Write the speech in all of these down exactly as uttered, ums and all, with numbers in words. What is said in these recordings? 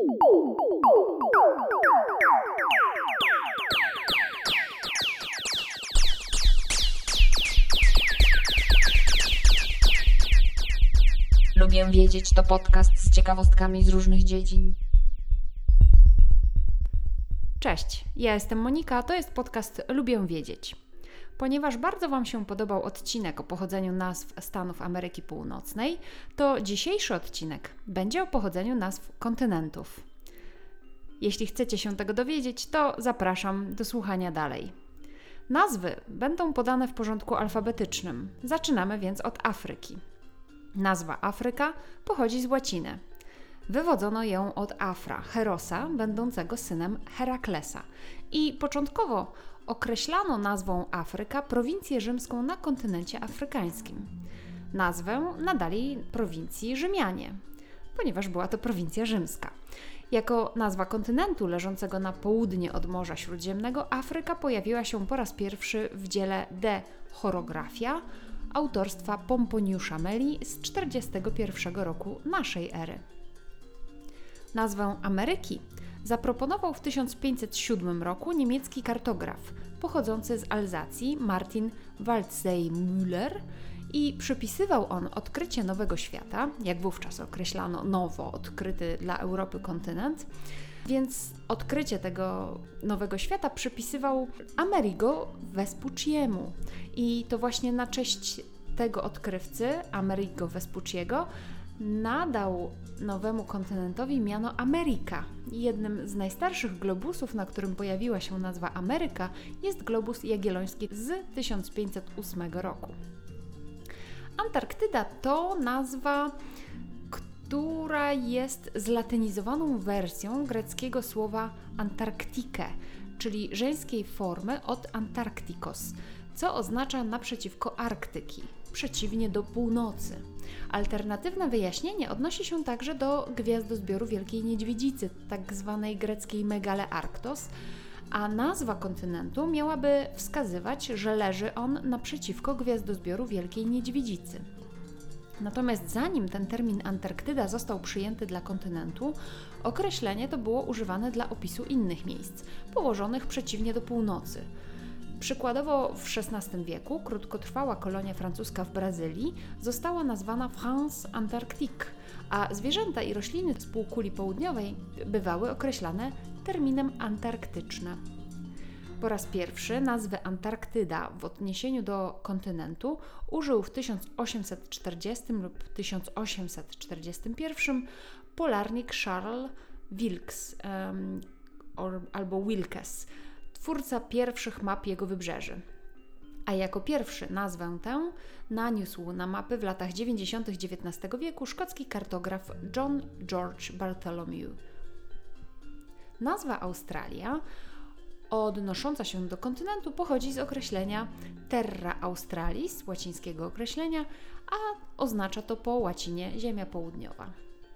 Lubię wiedzieć to podcast z ciekawostkami z różnych dziedzin. Cześć, ja jestem Monika, a to jest podcast Lubię wiedzieć. Ponieważ bardzo Wam się podobał odcinek o pochodzeniu nazw Stanów Ameryki Północnej, to dzisiejszy odcinek będzie o pochodzeniu nazw kontynentów. Jeśli chcecie się tego dowiedzieć, to zapraszam do słuchania dalej. Nazwy będą podane w porządku alfabetycznym. Zaczynamy więc od Afryki. Nazwa Afryka pochodzi z łaciny. Wywodzono ją od Afra, Herosa, będącego synem Heraklesa. I początkowo określano nazwą Afryka prowincję rzymską na kontynencie afrykańskim. Nazwę nadali prowincji Rzymianie, ponieważ była to prowincja rzymska. Jako nazwa kontynentu leżącego na południe od Morza Śródziemnego Afryka pojawiła się po raz pierwszy w dziele De Chorografia autorstwa Pomponiusza Meli z czterdziestego pierwszego roku naszej ery. Nazwę Ameryki zaproponował w tysiąc pięćset siódmym roku niemiecki kartograf pochodzący z Alzacji Martin Waldseemüller i przypisywał on odkrycie Nowego Świata, jak wówczas określano nowo odkryty dla Europy kontynent, więc odkrycie tego Nowego Świata przypisywał Amerigo Vespucciemu i to właśnie na cześć tego odkrywcy, Amerigo Vespucciego, nadał nowemu kontynentowi miano Ameryka. Jednym z najstarszych globusów, na którym pojawiła się nazwa Ameryka, jest globus jagielloński z tysiąc pięćset ósmego roku. Antarktyda to nazwa, która jest zlatynizowaną wersją greckiego słowa Antarktike, czyli żeńskiej formy od Antarktikos, co oznacza naprzeciwko Arktyki, przeciwnie do północy. Alternatywne wyjaśnienie odnosi się także do gwiazdozbioru Wielkiej Niedźwiedzicy, tak zwanej greckiej Megale Arktos, a nazwa kontynentu miałaby wskazywać, że leży on naprzeciwko gwiazdozbioru Wielkiej Niedźwiedzicy. Natomiast zanim ten termin Antarktyda został przyjęty dla kontynentu, określenie to było używane dla opisu innych miejsc, położonych przeciwnie do północy. Przykładowo w szesnastym wieku krótkotrwała kolonia francuska w Brazylii została nazwana France Antarctique, a zwierzęta i rośliny z półkuli południowej bywały określane terminem antarktyczne. Po raz pierwszy nazwy Antarktyda w odniesieniu do kontynentu użył w tysiąc osiemset czterdziestym lub tysiąc osiemset czterdziestym pierwszym polarnik Charles Wilkes um, or, albo Wilkes, twórca pierwszych map jego wybrzeży. A jako pierwszy nazwę tę naniósł na mapy w latach dziewięćdziesiątych dziewiętnastego wieku szkocki kartograf John George Bartholomew. Nazwa Australia, odnosząca się do kontynentu, pochodzi z określenia Terra Australis, łacińskiego określenia, a oznacza to po łacinie Ziemia Południowa.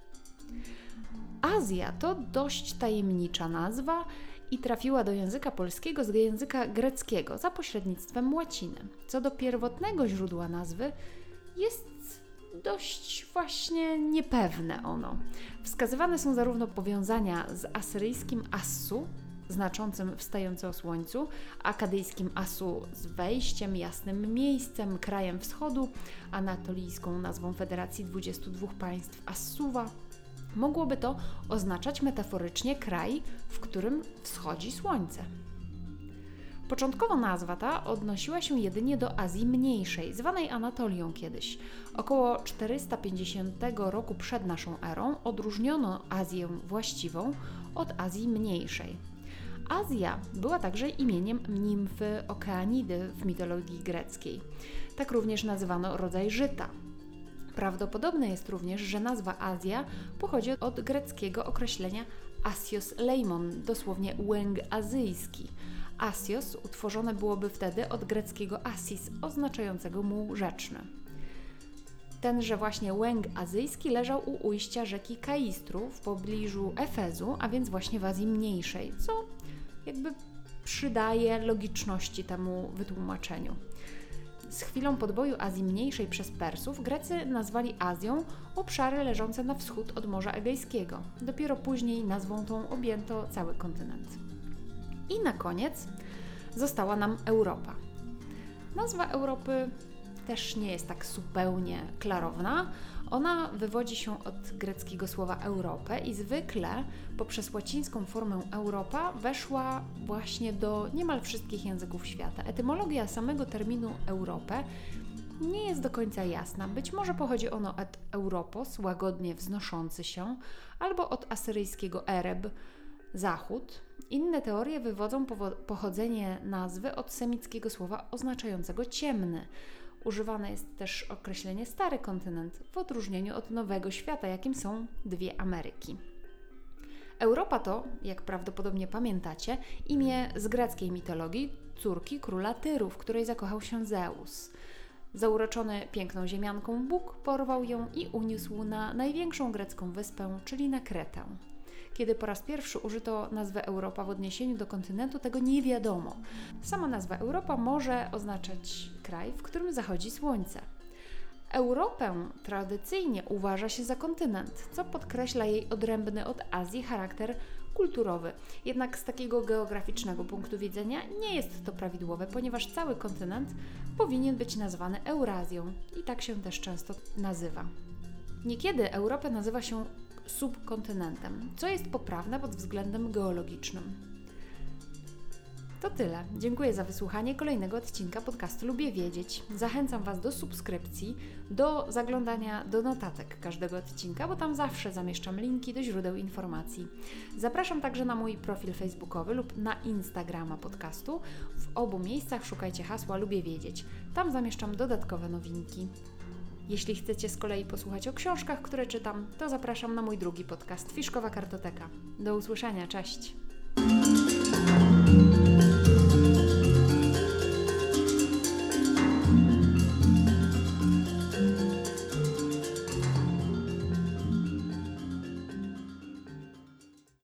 Azja to dość tajemnicza nazwa i trafiła do języka polskiego z języka greckiego za pośrednictwem łaciny. Co do pierwotnego źródła nazwy, jest dość właśnie niepewne ono. Wskazywane są zarówno powiązania z asyryjskim Assu, znaczącym wstający o słońcu, akadyjskim Asu z wejściem, jasnym miejscem, krajem wschodu, anatolijską nazwą Federacji dwudziestu dwóch państw Assuwa. Mogłoby to oznaczać metaforycznie kraj, w którym wschodzi słońce. Początkowo nazwa ta odnosiła się jedynie do Azji Mniejszej, zwanej Anatolią kiedyś. Około czterysta pięćdziesiątego roku przed naszą erą odróżniono Azję właściwą od Azji Mniejszej. Azja była także imieniem nimfy Okeanidy w mitologii greckiej. Tak również nazywano rodzaj żyta. Prawdopodobne jest również, że nazwa Azja pochodzi od greckiego określenia Asios Leimon, dosłownie łęk azyjski. Asios utworzone byłoby wtedy od greckiego asis, oznaczającego muł rzeczny. Tenże właśnie łęk azyjski leżał u ujścia rzeki Kaistru w pobliżu Efezu, a więc właśnie w Azji Mniejszej, co jakby przydaje logiczności temu wytłumaczeniu. Z chwilą podboju Azji Mniejszej przez Persów Grecy nazwali Azją obszary leżące na wschód od Morza Egejskiego. Dopiero później nazwą tą objęto cały kontynent. I na koniec została nam Europa. Nazwa Europy też nie jest tak zupełnie klarowna. Ona wywodzi się od greckiego słowa Europę i zwykle poprzez łacińską formę Europa weszła właśnie do niemal wszystkich języków świata. Etymologia samego terminu Europę nie jest do końca jasna. Być może pochodzi ono od Europos, łagodnie wznoszący się, albo od asyryjskiego Ereb, zachód. Inne teorie wywodzą pochodzenie nazwy od semickiego słowa oznaczającego ciemny. Używane jest też określenie stary kontynent w odróżnieniu od nowego świata, jakim są dwie Ameryki. Europa to, jak prawdopodobnie pamiętacie, imię z greckiej mitologii córki króla Tyru, w której zakochał się Zeus. Zauroczony piękną ziemianką Bóg porwał ją i uniósł na największą grecką wyspę, czyli na Kretę. Kiedy po raz pierwszy użyto nazwę Europa w odniesieniu do kontynentu, tego nie wiadomo. Sama nazwa Europa może oznaczać kraj, w którym zachodzi słońce. Europę tradycyjnie uważa się za kontynent, co podkreśla jej odrębny od Azji charakter kulturowy. Jednak z takiego geograficznego punktu widzenia nie jest to prawidłowe, ponieważ cały kontynent powinien być nazwany Eurazją i tak się też często nazywa. Niekiedy Europę nazywa się subkontynentem, co jest poprawne pod względem geologicznym. To tyle. Dziękuję za wysłuchanie kolejnego odcinka podcastu Lubię Wiedzieć. Zachęcam Was do subskrypcji, do zaglądania do notatek każdego odcinka, bo tam zawsze zamieszczam linki do źródeł informacji. Zapraszam także na mój profil facebookowy lub na Instagrama podcastu. W obu miejscach szukajcie hasła Lubię Wiedzieć. Tam zamieszczam dodatkowe nowinki. Jeśli chcecie z kolei posłuchać o książkach, które czytam, to zapraszam na mój drugi podcast Fiszkowa Kartoteka. Do usłyszenia, cześć!